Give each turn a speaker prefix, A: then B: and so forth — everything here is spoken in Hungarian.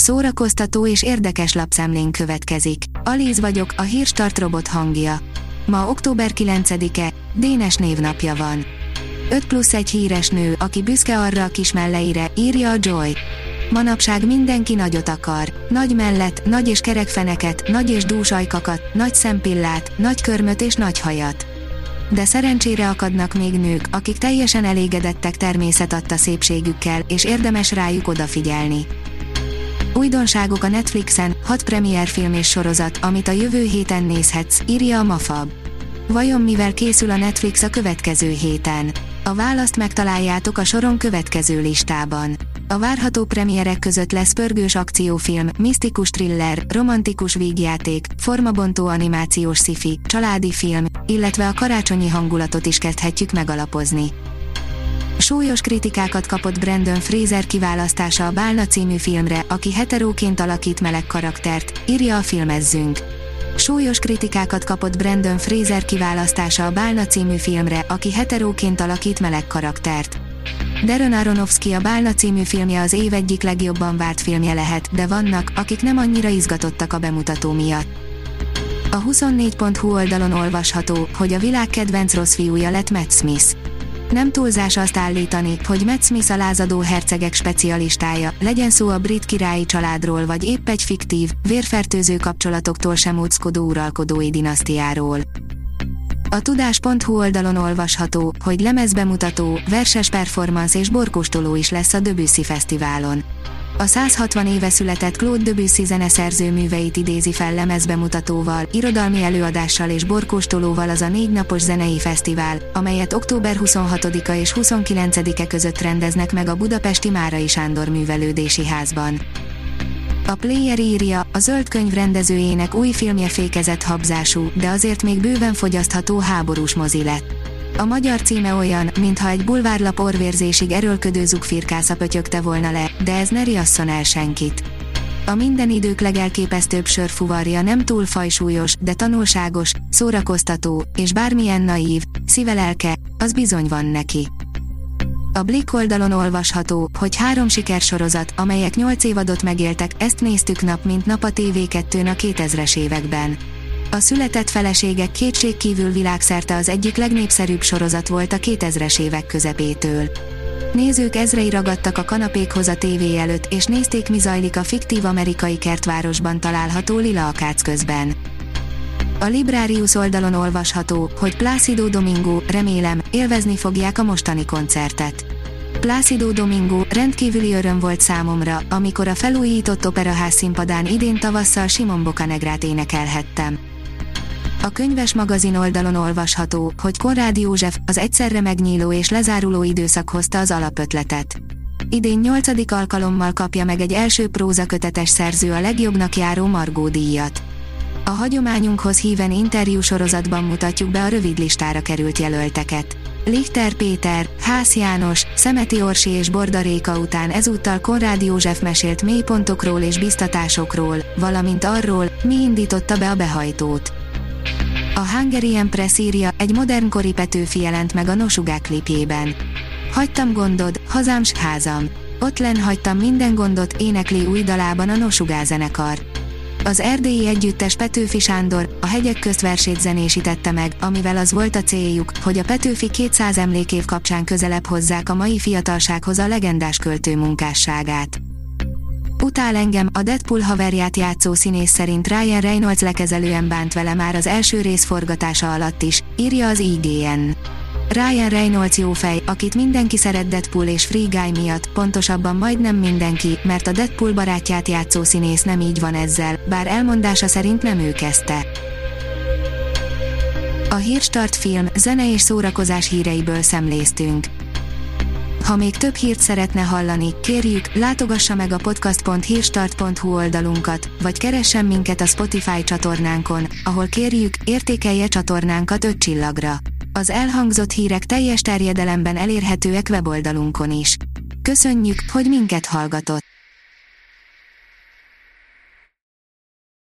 A: szórakoztató és érdekes lapszemlén következik. Alíz vagyok, a Hírstart robot hangja. Ma október 9-e, Dénes névnapja van. 5+1 híres nő, aki büszke arra a kis melleire, írja a Joy. Manapság mindenki nagyot akar. Nagy mellet, nagy és kerek feneket, nagy és dús ajkakat, nagy szempillát, nagy körmöt és nagy hajat. De szerencsére akadnak még nők, akik teljesen elégedettek természet adta szépségükkel, és érdemes rájuk odafigyelni. Újdonságok a Netflixen, 6 premierfilm és sorozat, amit a jövő héten nézhetsz, írja a Mafab. Vajon mivel készül a Netflix a következő héten? A választ megtaláljátok a soron következő listában. A várható premierek között lesz pörgős akciófilm, misztikus thriller, romantikus vígjáték, formabontó animációs sci-fi, családi film, illetve a karácsonyi hangulatot is kezdhetjük megalapozni. Súlyos kritikákat kapott Brendan Fraser kiválasztása a Bálna című filmre, aki heteróként alakít meleg karaktert, írja a Filmezzünk. Súlyos kritikákat kapott Brendan Fraser kiválasztása a Bálna című filmre, aki heteróként alakít meleg karaktert. Darren Aronofsky a Bálna című filmje az év egyik legjobban várt filmje lehet, de vannak, akik nem annyira izgatottak a bemutató miatt. A 24.hu oldalon olvasható, hogy a világ kedvenc rossz fiúja lett Matt Smith. Nem túlzás azt állítani, hogy Matt Smith a lázadó hercegek specialistája, legyen szó a brit királyi családról vagy épp egy fiktív, vérfertőző kapcsolatoktól sem óckodó uralkodói dinasztiáról. A tudás.hu oldalon olvasható, hogy lemezbemutató, verses performance és borkóstoló is lesz a Debussy Fesztiválon. A 160 éve született Claude Debussy zeneszerző műveit idézi fel lemezbemutatóval, irodalmi előadással és borkóstolóval az a 4 napos zenei fesztivál, amelyet október 26-a és 29-e között rendeznek meg a budapesti Márai Sándor Művelődési Házban. A Player írja, a Zöld Könyv rendezőjének új filmje fékezett habzású, de azért még bőven fogyasztható háborús mozi lett. A magyar címe olyan, mintha egy bulvárlap orvérzésig erőlködő zugfirkásza pötyögte volna le, de ez ne riasszon el senkit. A minden idők legelképesztőbb sörfuvarja nem túl fajsúlyos, de tanulságos, szórakoztató, és bármilyen naív, szíve-lelke, az bizony van neki. A Blick oldalon olvasható, hogy 3 sikersorozat, amelyek 8 évadot megéltek, ezt néztük nap mint nap a TV2-n a 2000-es években. A Született feleségek kétségkívül világszerte az egyik legnépszerűbb sorozat volt a 2000-es évek közepétől. Nézők ezrei ragadtak a kanapékhoz a tévé előtt, és nézték, mi zajlik a fiktív amerikai kertvárosban található lila akác közben. A Librarius oldalon olvasható, hogy Plácido Domingo, remélem, élvezni fogják a mostani koncertet. Plácido Domingo, rendkívüli öröm volt számomra, amikor a felújított Operaház színpadán idén tavasszal Simon Boccanegrát énekelhettem. A Könyves magazin oldalon olvasható, hogy Konrád József, az egyszerre megnyíló és lezáruló időszak hozta az alapötletet. Idén 8. alkalommal kapja meg egy első prózakötetes szerző a legjobbnak járó Margó díjat. A hagyományunkhoz híven interjú sorozatban mutatjuk be a rövidlistára került jelölteket. Lichter Péter, Hász János, Szemeti Orsi és Borda Réka után ezúttal Konrád József mesélt mélypontokról és biztatásokról, valamint arról, mi indította be a behajtót. A Hungarian Press írja, egy modernkori Petőfi jelent meg a No Sugar klipjében. Hagytam gondod, hazám s házam. Ott lenn hagytam minden gondot, énekli új dalában a No Sugar zenekar. Az erdélyi együttes Petőfi Sándor, a Hegyek közt versét zenésítette meg, amivel az volt a céljuk, hogy a Petőfi 200 emlékév kapcsán közelebb hozzák a mai fiatalsághoz a legendás költő munkásságát. Utál engem, a Deadpool haverját játszó színész szerint Ryan Reynolds lekezelően bánt vele már az első rész forgatása alatt is, írja az IGN. Ryan Reynolds jó fej, akit mindenki szeret Deadpool és Free Guy miatt, pontosabban majdnem mindenki, mert a Deadpool barátját játszó színész nem így van ezzel, bár elmondása szerint nem ő kezdte. A Hírstart film, zene és szórakozás híreiből szemléztünk. Ha még több hírt szeretne hallani, kérjük, látogassa meg a podcast.hírstart.hu oldalunkat, vagy keressen minket a Spotify csatornánkon, ahol kérjük, értékelje csatornánkat 5 csillagra. Az elhangzott hírek teljes terjedelemben elérhetőek weboldalunkon is. Köszönjük, hogy minket hallgatott!